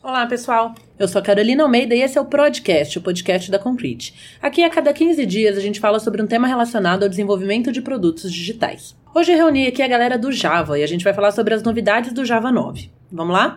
Olá, pessoal. Eu sou a Carolina Almeida e esse é o Prodcast, o podcast da Concrete. Aqui, a cada 15 dias, a gente fala sobre um tema relacionado ao desenvolvimento de produtos digitais. Hoje eu reuni aqui a galera do Java e a gente vai falar sobre as novidades do Java 9. Vamos lá?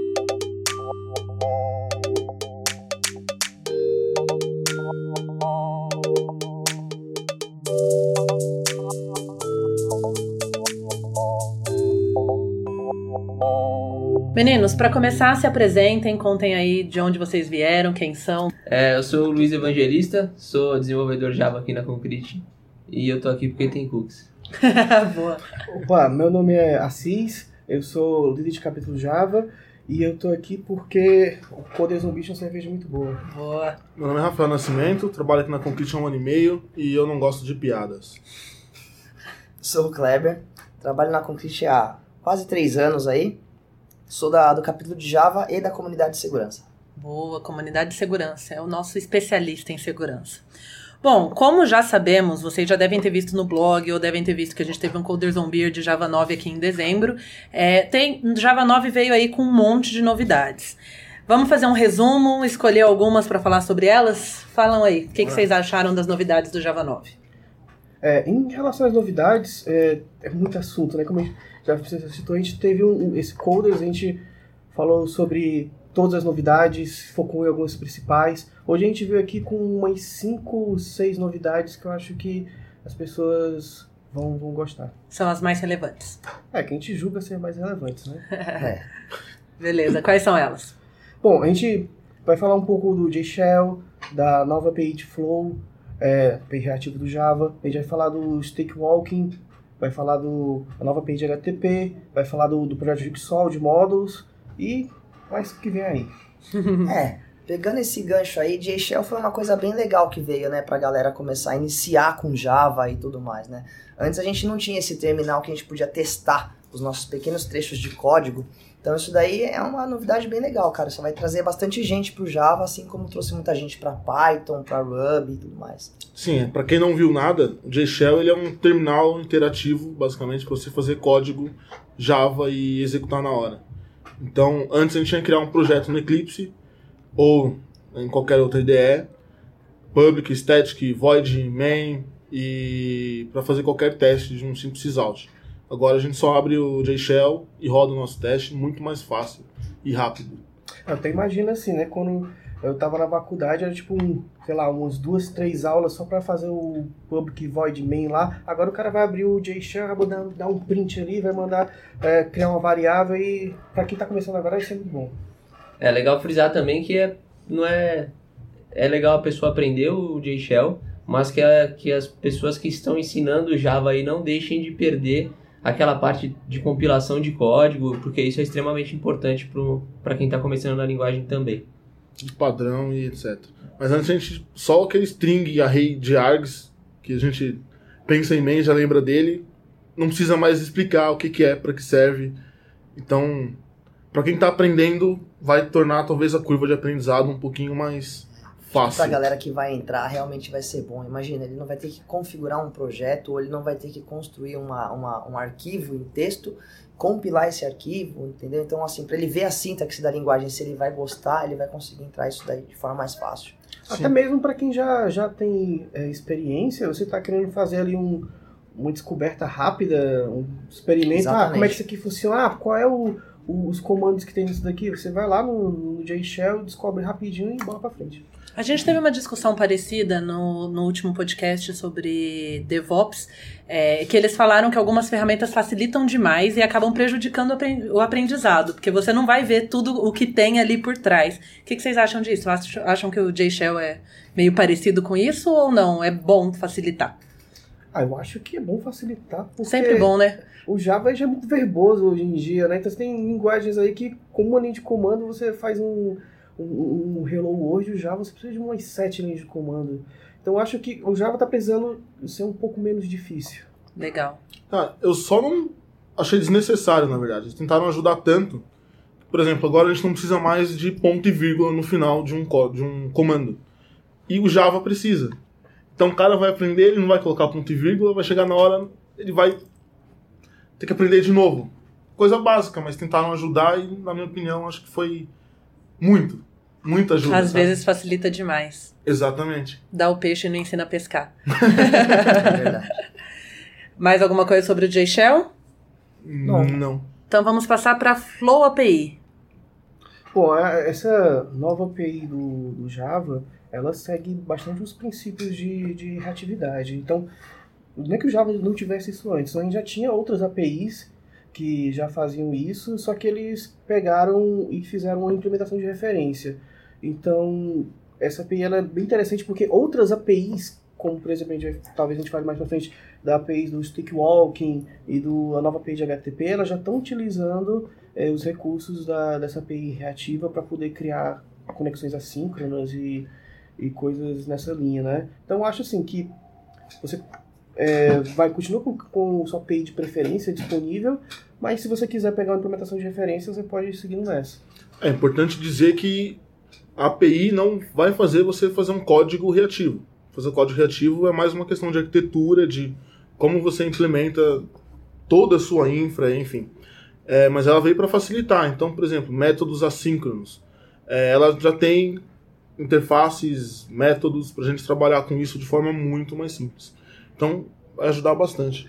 Meninos, para começar, se apresentem, contem aí de onde vocês vieram, quem são. Eu sou o Luiz Evangelista, sou desenvolvedor Java aqui na Concrete e eu tô aqui porque tem cookies. Boa. Opa, meu nome é Assis, eu sou líder de capítulo Java e eu tô aqui porque o Coders Ambition é uma cerveja muito boa. Boa. Meu nome é Rafael Nascimento, trabalho aqui na Concrete há 1 ano e meio e eu não gosto de piadas. Sou o Kleber, trabalho na Concrete há quase 3 anos aí. Sou do capítulo de Java e da comunidade de segurança. Boa, comunidade de segurança. É o nosso especialista em segurança. Bom, como já sabemos, vocês já devem ter visto no blog ou devem ter visto que a gente teve um Coders on Beer de Java 9 aqui em dezembro. Java 9 veio aí com um monte de novidades. Vamos fazer um resumo, escolher algumas para falar sobre elas? Falam aí, o que vocês acharam das novidades do Java 9? Em relação às novidades, é muito assunto, né? Como a gente já citou, a gente teve esse Coders, a gente falou sobre todas as novidades, focou em algumas principais. Hoje a gente veio aqui com umas 5, 6 novidades que eu acho que as pessoas vão gostar. São as mais relevantes. Que a gente julga ser mais relevantes, né? Beleza, quais são elas? Bom, a gente vai falar um pouco do JShell, da nova API de Flow, API reativa do Java. A gente vai falar do Stake Walking, vai falar da nova API de HTTP, vai falar do projeto Jigsaw, de módulos e mais o que vem aí. Pegando esse gancho aí, JShell foi uma coisa bem legal que veio, né, pra galera começar a iniciar com Java e tudo mais, né. Antes a gente não tinha esse terminal que a gente podia testar os nossos pequenos trechos de código. Então isso daí é uma novidade bem legal, cara. Você vai trazer bastante gente pro Java, assim como trouxe muita gente pra Python, pra Ruby e tudo mais. Sim, para quem não viu nada, o JShell ele é um terminal interativo, basicamente, para você fazer código Java e executar na hora. Então, antes a gente tinha que criar um projeto no Eclipse ou em qualquer outra IDE, public, static, void, main, e para fazer qualquer teste de um simples sysout. Agora a gente só abre o JShell e roda o nosso teste muito mais fácil e rápido. Eu até imagino assim, né? Quando eu tava na faculdade, era tipo, umas 2, 3 aulas só pra fazer o public void main lá. Agora o cara vai abrir o JShell, vai dar um print ali, vai mandar criar uma variável e pra quem tá começando agora isso é muito bom. É legal frisar também que é legal a pessoa aprender o JShell, mas que as pessoas que estão ensinando o Java aí não deixem de perder aquela parte de compilação de código, porque isso é extremamente importante para quem está começando na linguagem também. De padrão e etc. Mas antes a gente, só aquele string array de args, que a gente pensa em main, já lembra dele, não precisa mais explicar o que é, para que serve. Então, para quem está aprendendo, vai tornar talvez a curva de aprendizado um pouquinho mais fácil. Pra galera que vai entrar, realmente vai ser bom. Imagina, ele não vai ter que configurar um projeto, ou ele não vai ter que construir um arquivo em texto, compilar esse arquivo, entendeu? Então, assim, para ele ver a sintaxe da linguagem, se ele vai gostar, ele vai conseguir entrar isso daí de forma mais fácil. Até mesmo para quem já tem experiência, você está querendo fazer ali uma descoberta rápida, um experimento. Exatamente. Como é que isso aqui funciona? Qual é os comandos que tem nisso daqui? Você vai lá no JShell, descobre rapidinho e bola para frente. A gente teve uma discussão parecida no último podcast sobre DevOps, que eles falaram que algumas ferramentas facilitam demais e acabam prejudicando o aprendizado, porque você não vai ver tudo o que tem ali por trás. O que vocês acham disso? Acham que o JShell é meio parecido com isso ou não? É bom facilitar? Eu acho que é bom facilitar. Porque sempre bom, né? O Java já é muito verboso hoje em dia, né? Então você tem linguagens aí que, com uma linha de comando, você faz um Hello World. O Java você precisa de umas 7 linhas de comando. Então eu acho que o Java está precisando ser um pouco menos difícil. Legal. Eu só não achei desnecessário, na verdade. Eles tentaram ajudar tanto. Por exemplo, agora a gente não precisa mais de ponto e vírgula no final de um comando. E o Java precisa. Então o cara vai aprender, ele não vai colocar ponto e vírgula, vai chegar na hora, ele vai ter que aprender de novo. Coisa básica, mas tentaram ajudar e, na minha opinião, acho que foi Muita ajuda. Às sabe? vezes facilita demais. Exatamente. Dá o peixe e não ensina a pescar. É verdade. Mais alguma coisa sobre o JShell? Não. Então vamos passar para Flow API. Bom, essa nova API do Java, ela segue bastante os princípios de reatividade. Então, não é que o Java não tivesse isso antes, a gente já tinha outras APIs que já faziam isso, só que eles pegaram e fizeram uma implementação de referência. Então, essa API ela é bem interessante porque outras APIs, como por exemplo, talvez a gente fale mais pra frente, da API do Stick Walking e a nova API de HTTP, elas já estão utilizando os recursos dessa API reativa para poder criar conexões assíncronas e coisas nessa linha, né? Então, eu acho assim que você vai continuar com sua API de preferência disponível, mas se você quiser pegar uma implementação de referência, você pode ir seguindo nessa. É importante dizer que a API não vai fazer você fazer um código reativo. Fazer código reativo é mais uma questão de arquitetura, de como você implementa toda a sua infra, enfim. Mas ela veio para facilitar. Então, por exemplo, métodos assíncronos. Ela já tem interfaces, métodos para a gente trabalhar com isso de forma muito mais simples. Então, vai ajudar bastante.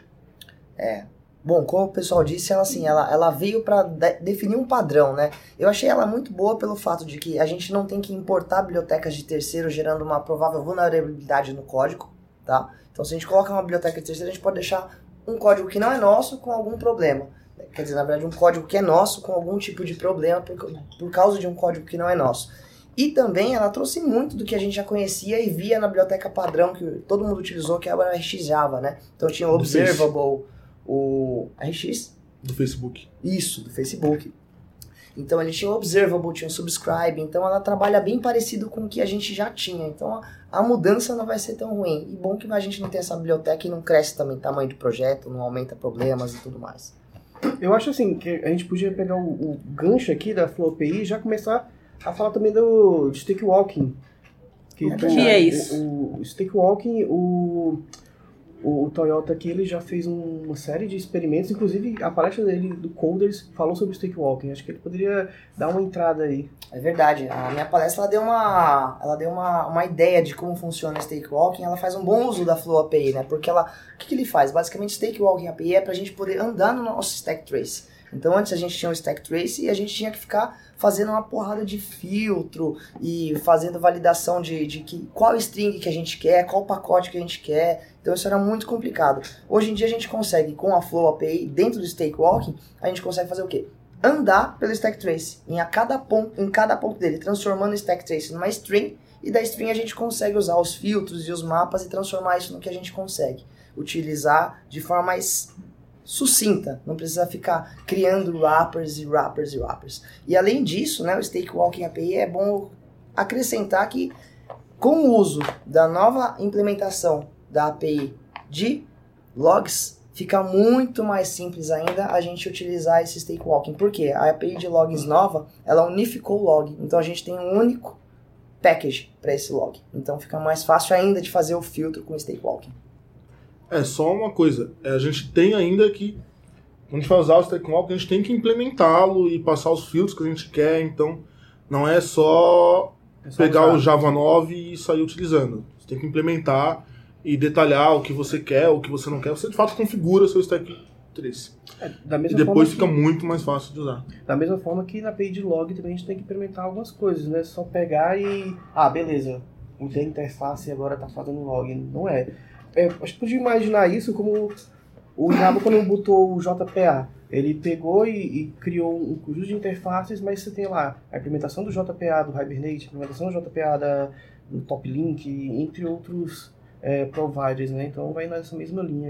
Bom, como o pessoal disse, ela veio para definir um padrão, né? Eu achei ela muito boa pelo fato de que a gente não tem que importar bibliotecas de terceiro gerando uma provável vulnerabilidade no código, tá? Então, se a gente coloca uma biblioteca de terceiro, a gente pode deixar um código que não é nosso com algum problema. Quer dizer, na verdade, um código que é nosso com algum tipo de problema por causa de um código que não é nosso. E também ela trouxe muito do que a gente já conhecia e via na biblioteca padrão que todo mundo utilizou, que é a RX Java, né? Então tinha o Observable, o RX? Do Facebook. Isso, do Facebook. Então ele tinha o Observable, tinha o Subscribe, então ela trabalha bem parecido com o que a gente já tinha. Então a mudança não vai ser tão ruim. E bom que a gente não tem essa biblioteca e não cresce também tamanho de projeto, não aumenta problemas e tudo mais. Eu acho assim, que a gente podia pegar o gancho aqui da Flow API e já começar a falar também do Stick Walking. Que é isso? O Stick Walking, o Toyota aqui, ele já fez uma série de experimentos, inclusive a palestra dele, do Coders, falou sobre o Stick Walking. Acho que ele poderia dar uma entrada aí. É verdade, a minha palestra ela deu uma ideia de como funciona o Stick Walking. Ela faz um bom uso da Flow API, né? Porque o que ele faz? Basicamente, Stick Walking API é pra gente poder andar no nosso Stack Trace. Então antes a gente tinha um Stack Trace e a gente tinha que ficar fazendo uma porrada de filtro e fazendo validação de qual string que a gente quer, qual pacote que a gente quer. Então isso era muito complicado. Hoje em dia a gente consegue, com a Flow API, dentro do Stack Walking, a gente consegue fazer o quê? Andar pelo Stack Trace em cada ponto dele, transformando o Stack Trace numa string, e da string a gente consegue usar os filtros e os mapas e transformar isso no que a gente consegue utilizar de forma mais sucinta, não precisa ficar criando wrappers e wrappers e wrappers. E além disso, né, o Stack Walking API é bom acrescentar que com o uso da nova implementação da API de logs, fica muito mais simples ainda a gente utilizar esse Stack Walking. Por quê? A API de logs nova, ela unificou o log, então a gente tem um único package para esse log. Então fica mais fácil ainda de fazer o filtro com o Stack Walking. Só uma coisa, a gente tem ainda que, quando a gente vai usar o Stack Walking, a gente tem que implementá-lo e passar os filtros que a gente quer, então não é só pegar o Java 9 e sair utilizando. Você tem que implementar e detalhar o que você quer, o que você não quer. Você de fato configura seu Stack Trace. E depois fica muito mais fácil de usar. Da mesma forma que na API de log também a gente tem que implementar algumas coisas, né? Só pegar e... beleza, mudei a interface e agora tá fazendo log. Não é. Acho que podia imaginar isso como o Java quando botou o JPA. Ele pegou e criou um conjunto de interfaces, mas você tem lá a implementação do JPA do Hibernate, a implementação do JPA do TopLink, entre outros providers, né? Então vai nessa mesma linha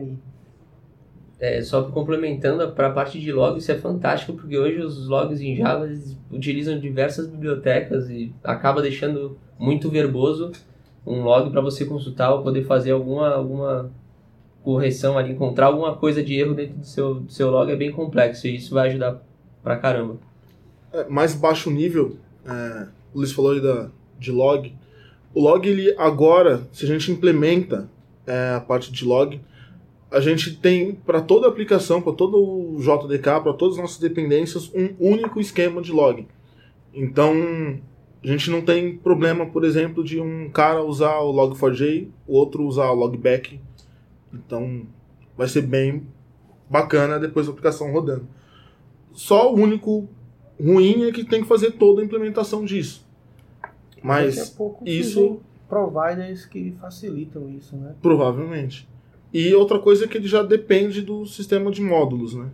aí. Só complementando para a parte de logs, isso é fantástico, porque hoje os logs em Java utilizam diversas bibliotecas e acaba deixando muito verboso um log para você consultar ou poder fazer alguma correção ali, encontrar alguma coisa de erro dentro do seu log é bem complexo e isso vai ajudar pra caramba. Mais baixo nível, o Luiz falou aí de log. O log, ele agora, se a gente implementa a parte de log, a gente tem para toda a aplicação, para todo o JDK, para todas as nossas dependências, um único esquema de log. Então, a gente não tem problema, por exemplo, de um cara usar o Log4j, o outro usar o Logback. Então, vai ser bem bacana depois da aplicação rodando. Só o único ruim é que tem que fazer toda a implementação disso. Mas daqui a pouco isso... tem providers que facilitam isso, né? Provavelmente. E outra coisa é que ele já depende do sistema de módulos, né?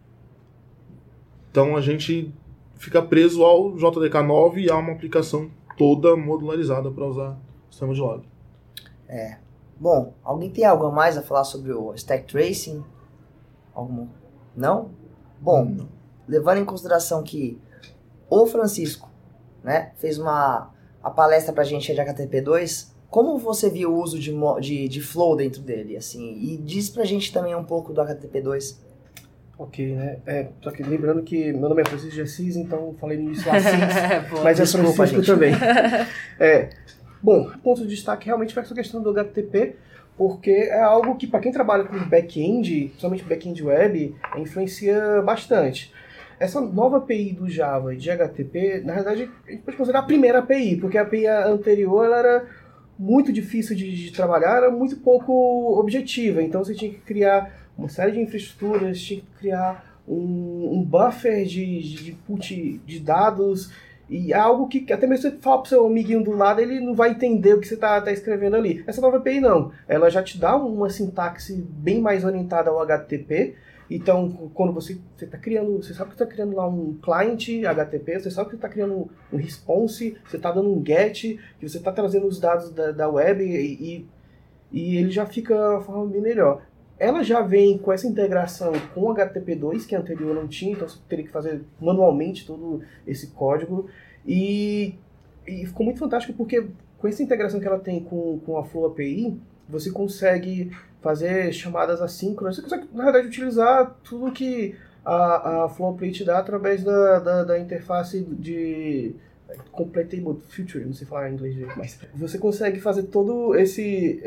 Então a gente fica preso ao JDK 9 e há uma aplicação toda modularizada para usar o sistema de log. Bom, alguém tem algo a mais a falar sobre o Stack Tracing? Algum? Não? Bom, levando em consideração que o Francisco, né, fez a palestra pra gente de HTTP2, como você viu o uso de flow dentro dele, assim? E diz pra gente também um pouco do HTTP2. Ok, né? Só que lembrando que meu nome é Francisco de Assis, então falei no início Assis, mas é Desculpa, Francisco gente. também. Bom, ponto de destaque realmente foi essa questão do HTTP, porque é algo que para quem trabalha com back-end, principalmente back-end web, influencia bastante. Essa nova API do Java e de HTTP, na verdade, a gente pode considerar a primeira API, porque a API anterior ela era muito difícil de trabalhar, era muito pouco objetiva, então você tinha que criar uma série de infraestruturas, tinha que criar um buffer de input de dados, e é algo que até mesmo você falar pro seu amiguinho do lado, ele não vai entender o que você tá escrevendo ali. Essa nova API não, ela já te dá uma sintaxe bem mais orientada ao HTTP, então quando você está criando, você sabe que está criando lá um client HTTP, você sabe que está criando um response, você está dando um get, que você está trazendo os dados da web e ele já fica de uma forma bem melhor. Ela já vem com essa integração com o HTTP2, que anterior não tinha, então você teria que fazer manualmente todo esse código. E ficou muito fantástico porque com essa integração que ela tem com a Flow API, você consegue fazer chamadas assíncronas, você consegue, na verdade, utilizar tudo que a Flow API te dá através da interface de Completable Future, não sei falar em inglês direito, mas você consegue fazer todo essa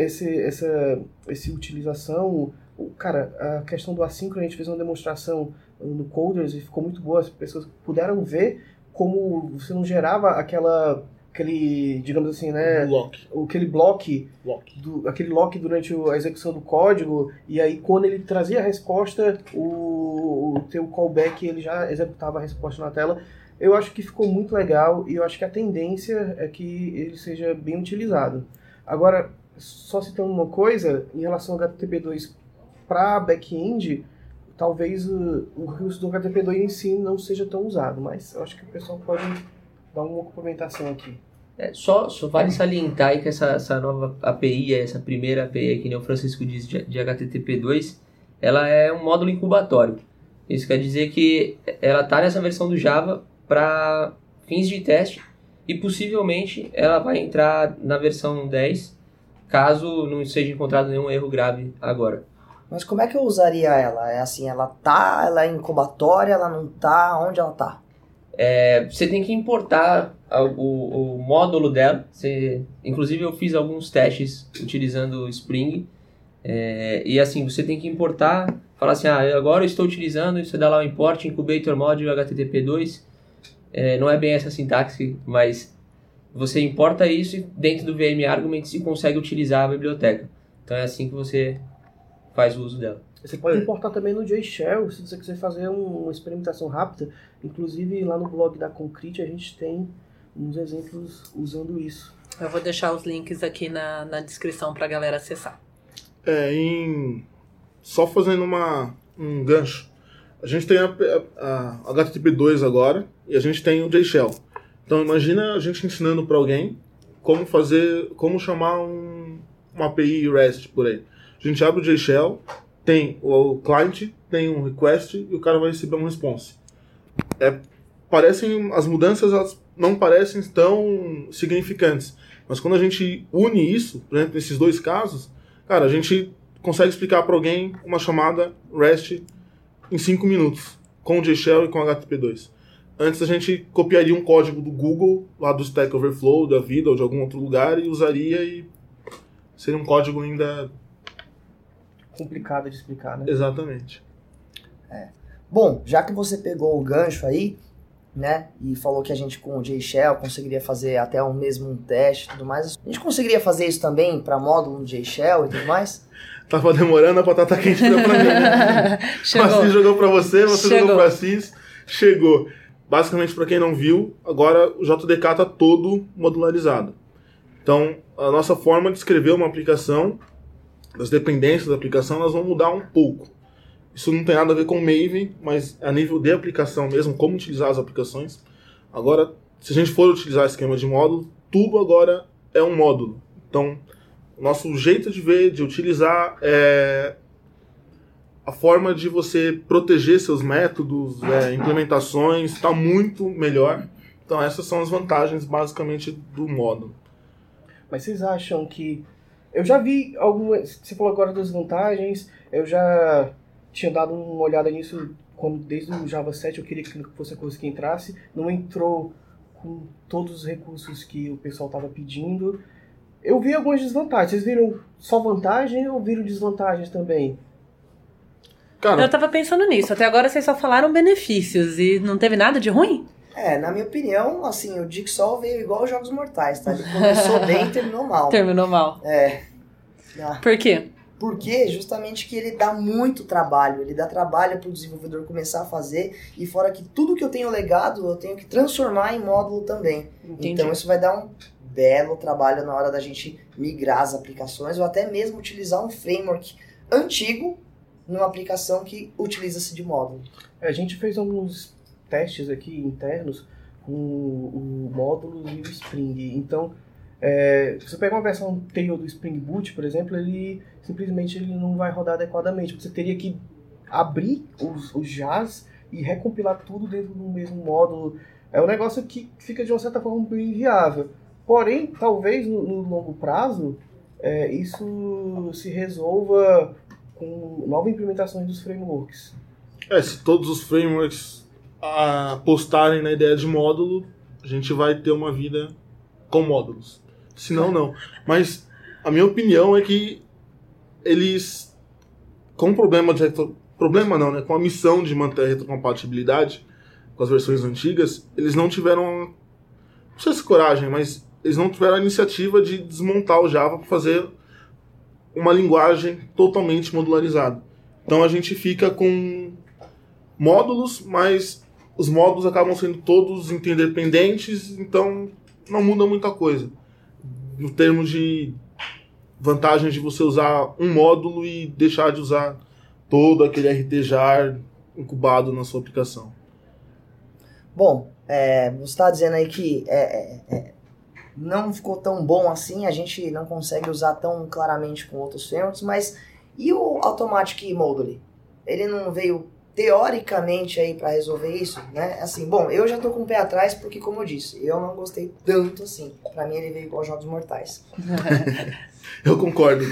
utilização. Cara, a questão do assíncrono, a gente fez uma demonstração no Coders e ficou muito boa, as pessoas puderam ver como você não gerava aquele, digamos assim, né, aquele aquele lock durante a execução do código, e aí quando ele trazia a resposta, o teu callback ele já executava a resposta na tela. Eu acho que ficou muito legal e eu acho que a tendência é que ele seja bem utilizado. Agora, só citando uma coisa, em relação ao HTTP2 para back-end, talvez o uso do HTTP2 em si não seja tão usado, mas eu acho que o pessoal pode dar uma complementação aqui. Só vale salientar aí que essa nova API, essa primeira API, que nem o Francisco disse, de HTTP2, ela é um módulo incubatório. Isso quer dizer que ela está nessa versão do Java para fins de teste e possivelmente ela vai entrar na versão 10, caso não seja encontrado nenhum erro grave agora. Mas como é que eu usaria ela? É assim, ela é incubatória, ela não tá, onde ela tá? Você tem que importar o módulo dela. Inclusive eu fiz alguns testes utilizando o Spring. E assim, você tem que importar, falar assim, agora eu estou utilizando, você dá lá o import incubator module HTTP2. Não é bem essa sintaxe, mas você importa isso e dentro do VM Arguments e consegue utilizar a biblioteca. Então é assim que você faz o uso dela. Você pode importar também no JShell, se você quiser fazer uma experimentação rápida. Inclusive, lá no blog da Concrete, a gente tem uns exemplos usando isso. Eu vou deixar os links aqui na descrição para a galera acessar. Só fazendo um gancho. A gente tem a HTTP2 agora e a gente tem o JShell. Então, imagina a gente ensinando para alguém como chamar uma API REST por aí. A gente abre o JShell, tem o client, tem um request e o cara vai receber um response. As mudanças elas não parecem tão significantes, mas quando a gente une isso, por exemplo, nesses dois casos, cara, a gente consegue explicar para alguém uma chamada REST em 5 minutos, com o JShell e com o HTTP2. Antes a gente copiaria um código do Google, lá do Stack Overflow, da vida ou de algum outro lugar, e usaria e seria um código ainda complicado de explicar, né? Exatamente. Bom, já que você pegou o gancho aí, né? E falou que a gente com o JShell conseguiria fazer até um mesmo teste e tudo mais. A gente conseguiria fazer isso também para módulo no JShell e tudo mais? Tava demorando, a batata quente pra mim. Chegou. O Assis jogou pra você Chegou. jogou pro Assis. Chegou. Basicamente, para quem não viu, agora o JDK tá todo modularizado. Então, a nossa forma de escrever uma aplicação, as dependências da aplicação, elas vão mudar um pouco. Isso não tem nada a ver com Maven, mas a nível de aplicação mesmo, como utilizar as aplicações. Agora, se a gente for utilizar esquema de módulo, tudo agora é um módulo. Então, o nosso jeito de ver, de utilizar, a forma de você proteger seus métodos, implementações, está muito melhor. Então, essas são as vantagens, basicamente, do módulo. Mas vocês acham que... Eu já vi algumas... Você falou agora das vantagens, eu já tinha dado uma olhada nisso desde o Java 7 eu queria que fosse a coisa que entrasse. Não entrou com todos os recursos que o pessoal estava pedindo. Eu vi algumas desvantagens. Vocês viram só vantagem ou viram desvantagens também? Cara, Eu tava pensando nisso. Até agora vocês só falaram benefícios e não teve nada de ruim? Na minha opinião, assim, o Jigsaw veio igual os Jogos Mortais, tá? Ele começou bem e terminou mal. Terminou mal. Por quê? Porque justamente que ele dá muito trabalho, ele dá trabalho para o desenvolvedor começar a fazer, e fora que tudo que eu tenho legado, eu tenho que transformar em módulo também. Entendi. Então isso vai dar um belo trabalho na hora da gente migrar as aplicações, ou até mesmo utilizar um framework antigo numa aplicação que utiliza-se de módulo. A gente fez alguns testes aqui internos com o módulo e o Spring. Então, se você pega uma versão anterior do Spring Boot, por exemplo, ele não vai rodar adequadamente. Você teria que abrir os jars e recompilar tudo dentro do mesmo módulo. É um negócio que fica de uma certa forma bem inviável. Porém, talvez no longo prazo, isso se resolva com novas implementações dos frameworks. se todos os frameworks apostarem na ideia de módulo, a gente vai ter uma vida com módulos. Senão, não. Mas a minha opinião é que eles, com o problema com a missão de manter a retrocompatibilidade com as versões antigas, eles não tiveram, não sei se coragem, mas eles não tiveram a iniciativa de desmontar o Java para fazer uma linguagem totalmente modularizada. Então a gente fica com módulos, mas os módulos acabam sendo todos interdependentes, então não muda muita coisa. No termo de vantagem de você usar um módulo e deixar de usar todo aquele RT-jar incubado na sua aplicação. Bom, você está dizendo aí que não ficou tão bom assim, a gente não consegue usar tão claramente com outros frameworks, mas e o Automatic Module? Ele não veio teoricamente aí para resolver isso, né? Assim, bom, eu já tô com o pé atrás porque, como eu disse, eu não gostei tanto assim. Para mim ele veio igual Jogos Mortais. Eu concordo.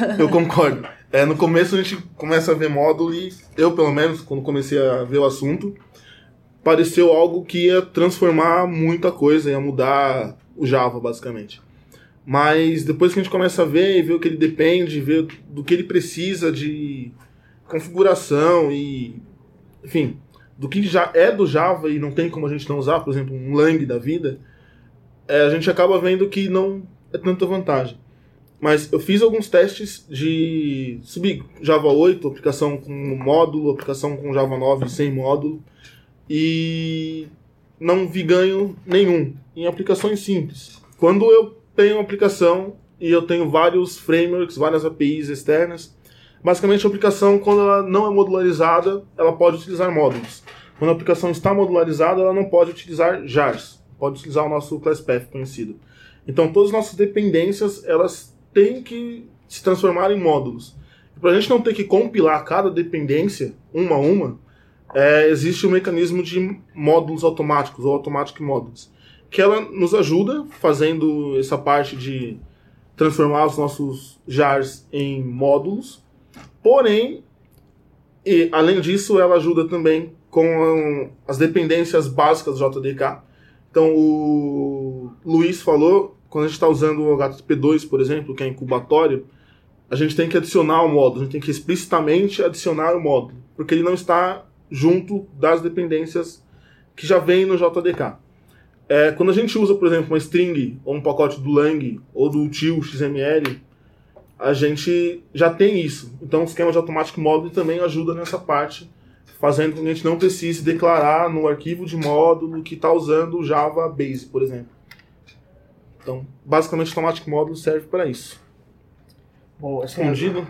No começo a gente começa a ver módulo e eu, pelo menos, quando comecei a ver o assunto, pareceu algo que ia transformar muita coisa, ia mudar o Java, basicamente. Mas depois que a gente começa a ver e ver o que ele depende, ver do que ele precisa de configuração e, enfim, do que já é do Java e não tem como a gente não usar, por exemplo, um Lang da vida, a gente acaba vendo que não é tanta vantagem. Mas eu fiz alguns testes de subir Java 8, aplicação com módulo, aplicação com Java 9 sem módulo, e não vi ganho nenhum em aplicações simples. Quando eu tenho uma aplicação e eu tenho vários frameworks, várias APIs externas, basicamente a aplicação, quando ela não é modularizada, ela pode utilizar módulos. Quando a aplicação está modularizada, ela não pode utilizar jars, pode utilizar o nosso class path conhecido. Então todas as nossas dependências, elas têm que se transformar em módulos. Para a gente não ter que compilar cada dependência uma a uma, existe um mecanismo de módulos automáticos, ou automatic modules, que ela nos ajuda fazendo essa parte de transformar os nossos jars em módulos. Porém, além disso, ela ajuda também com as dependências básicas do JDK. Então, o Luiz falou, quando a gente está usando o HTTP2, por exemplo, que é incubatório, a gente tem que adicionar o módulo, a gente tem que explicitamente adicionar o módulo, porque ele não está junto das dependências que já vem no JDK. Quando a gente usa, por exemplo, uma string ou um pacote do Lang ou do util XML, a gente já tem isso. Então o esquema de Automatic Modeling também ajuda nessa parte, fazendo com que a gente não precise declarar no arquivo de módulo que está usando o Java Base, por exemplo. Então, basicamente, o Automatic Modeling serve para isso. Bom, assim, Respondido?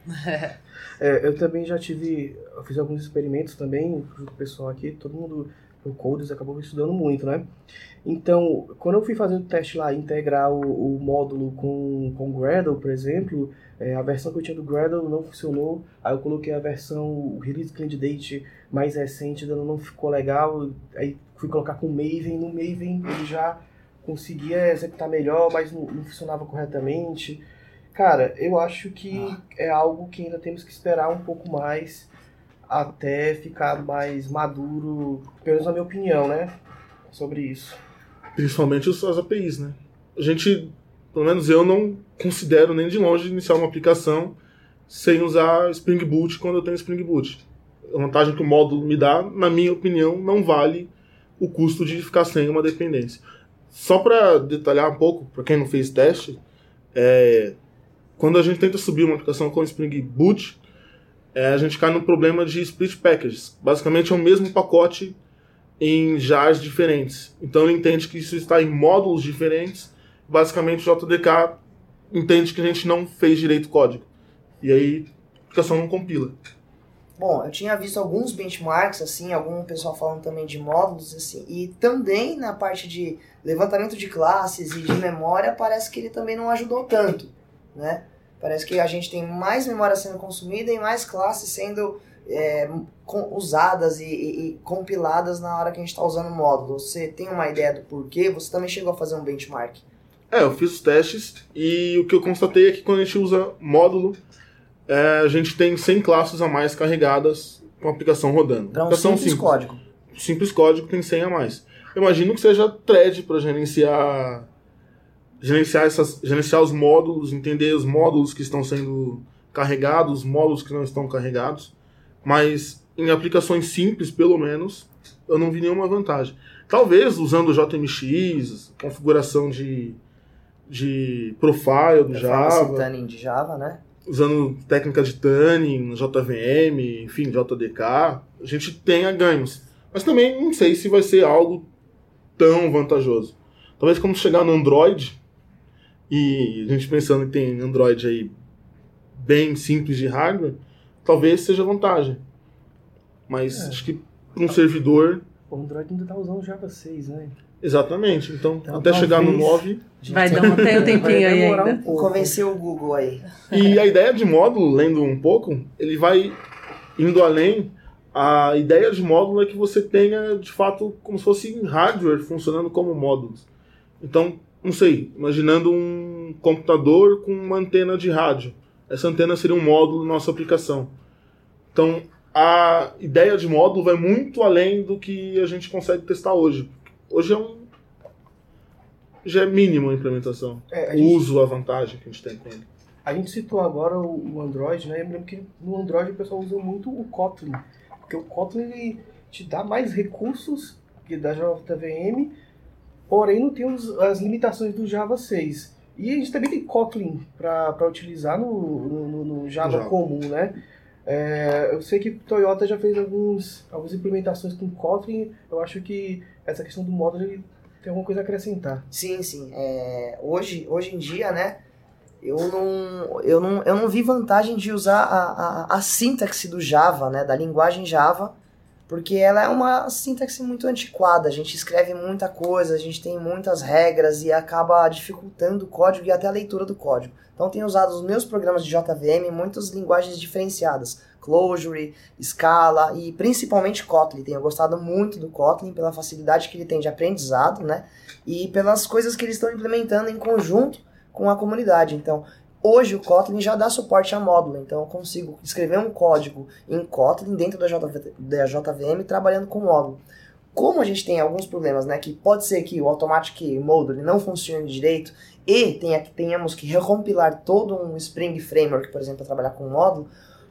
eu também eu fiz alguns experimentos também, junto com o pessoal aqui, todo mundo, o Coders acabou estudando muito, né? Então, quando eu fui fazer o teste lá, integrar o módulo com Gradle, por exemplo, a versão que eu tinha do Gradle não funcionou, aí eu coloquei a versão, o Release Candidate mais recente, não ficou legal, aí fui colocar com o Maven, no Maven ele já conseguia executar melhor, mas não funcionava corretamente. Cara, eu acho que é algo que ainda temos que esperar um pouco mais até ficar mais maduro, pelo menos na minha opinião, né? Sobre isso. Principalmente as APIs, né? A gente, pelo menos eu, não considero nem de longe iniciar uma aplicação sem usar Spring Boot quando eu tenho Spring Boot. A vantagem que o módulo me dá, na minha opinião, não vale o custo de ficar sem uma dependência. Só para detalhar um pouco, para quem não fez teste, quando a gente tenta subir uma aplicação com Spring Boot, a gente cai no problema de split packages. Basicamente é o mesmo pacote em jars diferentes. Então ele entende que isso está em módulos diferentes. Basicamente o JDK entende que a gente não fez direito o código. E aí a aplicação não compila. Bom, eu tinha visto alguns benchmarks, assim, algum pessoal falando também de módulos, assim, e também na parte de levantamento de classes e de memória, parece que ele também não ajudou tanto, né? Parece que a gente tem mais memória sendo consumida e mais classes sendo usadas e compiladas na hora que a gente está usando o módulo. Você tem uma ideia do porquê? Você também chegou a fazer um benchmark? Eu fiz os testes e o que eu constatei é que quando a gente usa módulo, a gente tem 100 classes a mais carregadas com a aplicação rodando. Então, aplicação simples código. Simples código tem 100 a mais. Eu imagino que seja thread para gerenciar os módulos, entender os módulos que estão sendo carregados, os módulos que não estão carregados. Mas em aplicações simples, pelo menos, eu não vi nenhuma vantagem. Talvez usando o JMX, configuração de profile do Java. Tuning de Java, né? Usando técnica de tuning, JVM, enfim, JDK, a gente tenha ganhos. Mas também não sei se vai ser algo tão vantajoso. Talvez quando chegar no Android, e a gente pensando que tem Android aí bem simples de hardware, talvez seja vantagem. Mas acho que para um servidor... O Android ainda está usando Java 6, né? Exatamente. Então até chegar no 9... Vai dar um tempinho aí ainda. Convenceu o Google aí. E a ideia de módulo, lendo um pouco, ele vai indo além. A ideia de módulo é que você tenha, de fato, como se fosse hardware funcionando como módulos. Então, não sei, imaginando um computador com uma antena de rádio. Essa antena seria um módulo da nossa aplicação. Então, a ideia de módulo vai muito além do que a gente consegue testar hoje. Hoje já é mínimo a implementação. A vantagem que a gente tem com ele. A gente citou agora o Android, né? Eu me lembro que no Android o pessoal usa muito o Kotlin. Porque o Kotlin ele te dá mais recursos que da JVM, porém não tem as limitações do Java 6. E a gente também tem Kotlin para utilizar no Java comum, né? Eu sei que o Toyota já fez algumas implementações com Kotlin. Eu acho que essa questão do módulo ele tem alguma coisa a acrescentar. Sim. Hoje em dia, né? Eu não vi vantagem de usar a sintaxe do Java, né? Da linguagem Java, porque ela é uma sintaxe muito antiquada. A gente escreve muita coisa, a gente tem muitas regras e acaba dificultando o código e até a leitura do código. Então tenho usado os meus programas de JVM muitas linguagens diferenciadas. Clojure, Scala e principalmente Kotlin. Tenho gostado muito do Kotlin pela facilidade que ele tem de aprendizado, né? E pelas coisas que eles estão implementando em conjunto com a comunidade. Então, hoje o Kotlin já dá suporte a módulo. Então, eu consigo escrever um código em Kotlin dentro da JVM trabalhando com módulo. Como a gente tem alguns problemas, né? Que pode ser que o Automatic Modeling não funcione direito e tenhamos que recompilar todo um Spring Framework, por exemplo, para trabalhar com módulo.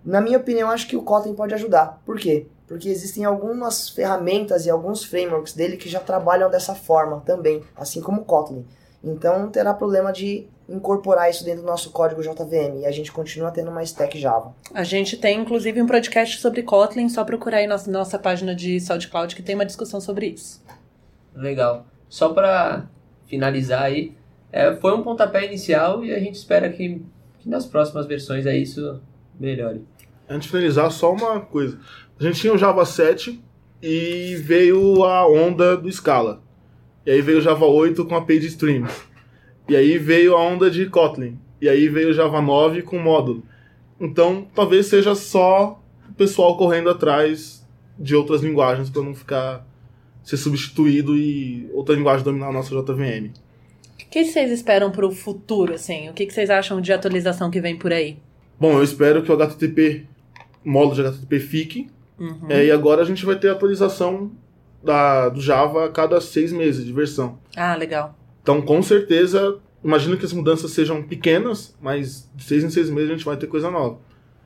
Na minha opinião, acho que o Kotlin pode ajudar. Por quê? Porque existem algumas ferramentas e alguns frameworks dele que já trabalham dessa forma também, assim como o Kotlin. Então não terá problema de incorporar isso dentro do nosso código JVM e a gente continua tendo uma stack Java. A gente tem, inclusive, um podcast sobre Kotlin, só procurar aí nossa página de SoundCloud que tem uma discussão sobre isso. Legal. Só para finalizar aí, foi um pontapé inicial e a gente espera que nas próximas versões aí isso melhore. Antes de finalizar, só uma coisa. A gente tinha o Java 7 e veio a onda do Scala. E aí veio o Java 8 com a Page Streams. E aí veio a onda de Kotlin. E aí veio o Java 9 com módulo. Então, talvez seja só o pessoal correndo atrás de outras linguagens para não ser substituído e outra linguagem dominar a nossa JVM. O que vocês esperam para o futuro, assim? O que vocês acham de atualização que vem por aí? Bom, eu espero que o módulo de HTTP fique. Uhum. E agora a gente vai ter atualização do Java a cada 6 meses de versão. Ah, legal. Então, com certeza, imagino que as mudanças sejam pequenas, mas de 6 em 6 meses a gente vai ter coisa nova.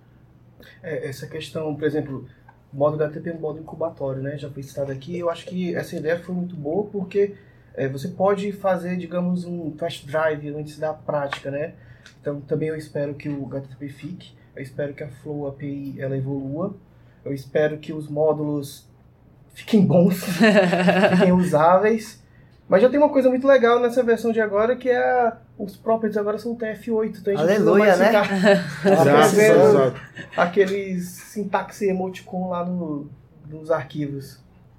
Essa questão, por exemplo, o módulo HTTP é um módulo incubatório, né? Já foi citado aqui. Eu acho que essa ideia foi muito boa porque você pode fazer, digamos, um test drive antes da prática, né? Então, também eu espero que o HTTP fique. Eu espero que a Flow API ela evolua. Eu espero que os módulos fiquem bons, fiquem usáveis. Mas já tem uma coisa muito legal nessa versão de agora, que os properties agora são TF8. Então a gente Aleluia, não vai né? Exato. aqueles sintaxe emoticon lá nos arquivos.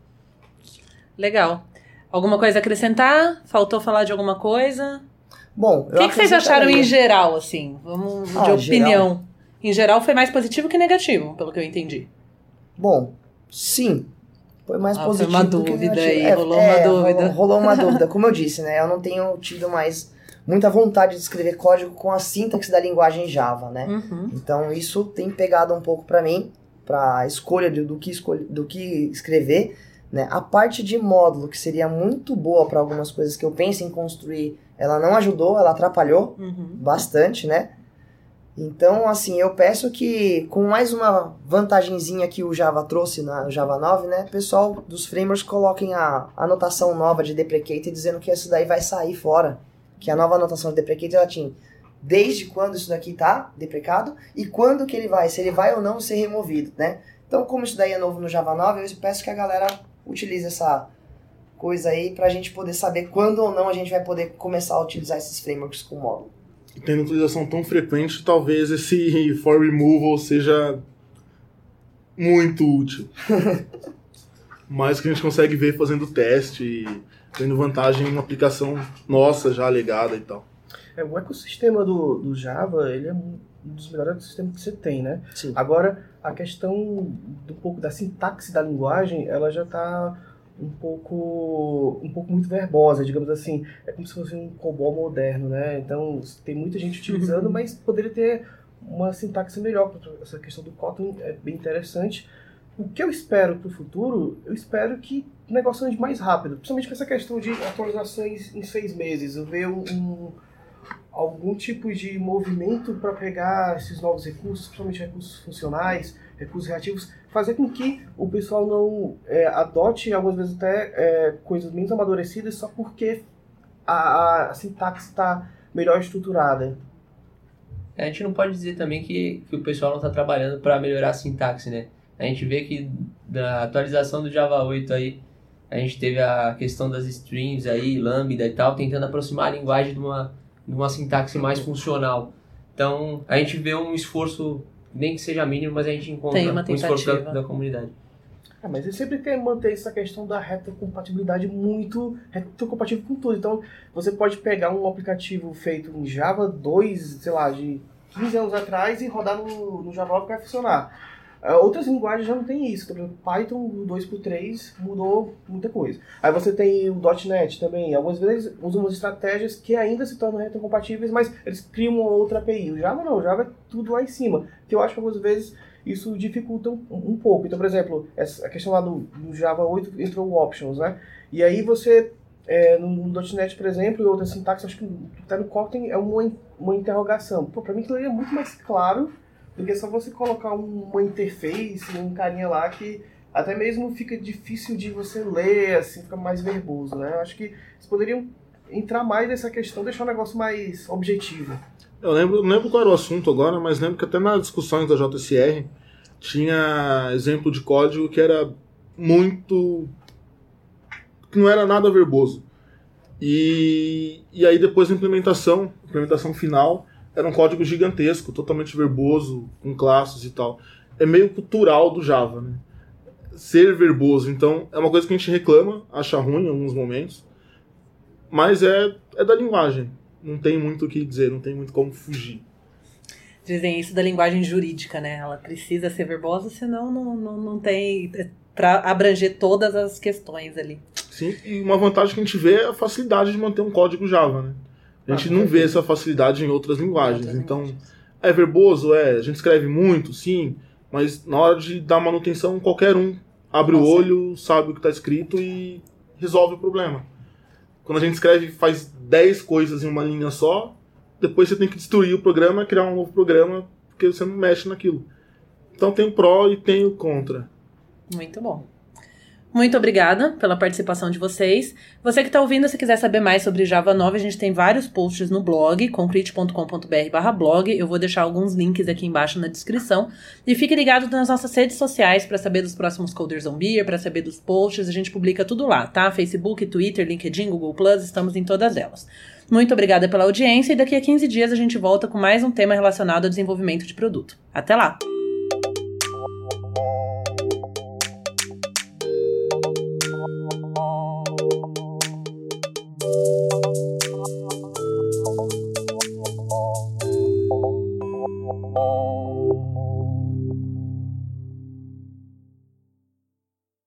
Legal. Alguma coisa a acrescentar? Faltou falar de alguma coisa? Bom, O que vocês acharam em geral, assim? Vamos de opinião. Geral. Em geral foi mais positivo que negativo, pelo que eu entendi. Bom, sim. Foi mais positivo. Foi uma do que dúvida negativo. aí, rolou uma dúvida. Rolou uma dúvida. Como eu disse, né? Eu não tenho tido mais muita vontade de escrever código com a sintaxe da linguagem Java, né? Uhum. Então isso tem pegado um pouco pra mim, pra escolha do que escrever, né? A parte de módulo, que seria muito boa para algumas coisas que eu penso em construir, ela não ajudou, ela atrapalhou bastante, né? Então, assim, eu peço que, com mais uma vantagenzinha que o Java trouxe no Java 9, né, pessoal dos frameworks coloquem a anotação nova de deprecated dizendo que isso daí vai sair fora. Que a nova anotação de deprecated, ela tinha desde quando isso daqui tá deprecado e quando que se ele vai ou não ser removido, né? Então, como isso daí é novo no Java 9, eu peço que a galera utilize essa coisa aí pra gente poder saber quando ou não a gente vai poder começar a utilizar esses frameworks com módulo. Tendo utilização tão frequente, talvez esse for removal seja muito útil. Mas que a gente consegue ver fazendo teste e tendo vantagem em uma aplicação nossa já legada e tal. O ecossistema do Java, ele é um dos melhores sistemas que você tem, né? Sim. Agora, a questão um pouco da sintaxe da linguagem, ela já está um pouco muito verbosa, digamos assim. É como se fosse um COBOL moderno, né? Então, tem muita gente utilizando, mas poderia ter uma sintaxe melhor. Essa questão do Kotlin é bem interessante. O que eu espero para o futuro, eu espero que o negócio ande mais rápido, principalmente com essa questão de atualizações em 6 meses. Eu vejo algum tipo de movimento para pegar esses novos recursos, principalmente recursos funcionais, recursos reativos, fazer com que o pessoal não adote, algumas vezes até, coisas menos amadurecidas só porque a sintaxe está melhor estruturada. A gente não pode dizer também que o pessoal não está trabalhando para melhorar a sintaxe, né? A gente vê que da atualização do Java 8 aí, a gente teve a questão das strings aí, lambda e tal, tentando aproximar a linguagem de uma sintaxe mais funcional. Então, a gente vê um esforço, nem que seja mínimo, mas a gente encontra um esforço da comunidade. Mas ele sempre quer manter essa questão da retrocompatibilidade muito retrocompatível com tudo. Então, você pode pegar um aplicativo feito em Java 2, sei lá, de 15 anos atrás e rodar no Java 9 que vai funcionar. Outras linguagens já não tem isso. Por exemplo, Python do 2 para o 3 mudou muita coisa. Aí você tem o .NET também. Algumas vezes usam umas estratégias que ainda se tornam retrocompatíveis, mas eles criam uma outra API. O Java não, o Java é tudo lá em cima. Que eu acho que algumas vezes isso dificulta um pouco. Então, por exemplo, a questão lá do Java 8 entrou o Options, né? E aí você, no .NET, por exemplo, e outras sintaxes, acho que está no Kotlin é uma interrogação. Pô, pra mim aquilo aí é muito mais claro Porque é só você colocar uma interface, um carinha lá que até mesmo fica difícil de você ler, assim, fica mais verboso, né? Eu acho que vocês poderiam entrar mais nessa questão, deixar o negócio mais objetivo. Eu não lembro qual era o assunto agora, mas lembro que até nas discussões da JSR tinha exemplo de código que era muito... que não era nada verboso. E aí depois a implementação final, era um código gigantesco, totalmente verboso, com classes e tal. É meio cultural do Java, né? Ser verboso. Então, é uma coisa que a gente reclama, acha ruim em alguns momentos, mas é da linguagem. Não tem muito o que dizer, não tem muito como fugir. Dizem isso da linguagem jurídica, né? Ela precisa ser verbosa, senão não tem... para abranger todas as questões ali. Sim, e uma vantagem que a gente vê é a facilidade de manter um código Java, né? A gente não vê essa facilidade em outras linguagens. Então, é verboso? É. A gente escreve muito, sim, mas na hora de dar manutenção, qualquer um abre o olho, sabe o que está escrito e resolve o problema. Quando a gente escreve, faz 10 coisas em uma linha só, depois você tem que destruir o programa, criar um novo programa, porque você não mexe naquilo. Então tem o pró e tem o contra. Muito bom. Muito obrigada pela participação de vocês. Você que está ouvindo, se quiser saber mais sobre Java 9, a gente tem vários posts no blog, concrete.com.br/blog. Eu vou deixar alguns links aqui embaixo na descrição. E fique ligado nas nossas redes sociais para saber dos próximos Coders on Beer, para saber dos posts. A gente publica tudo lá, tá? Facebook, Twitter, LinkedIn, Google+, estamos em todas elas. Muito obrigada pela audiência e daqui a 15 dias a gente volta com mais um tema relacionado ao desenvolvimento de produto. Até lá!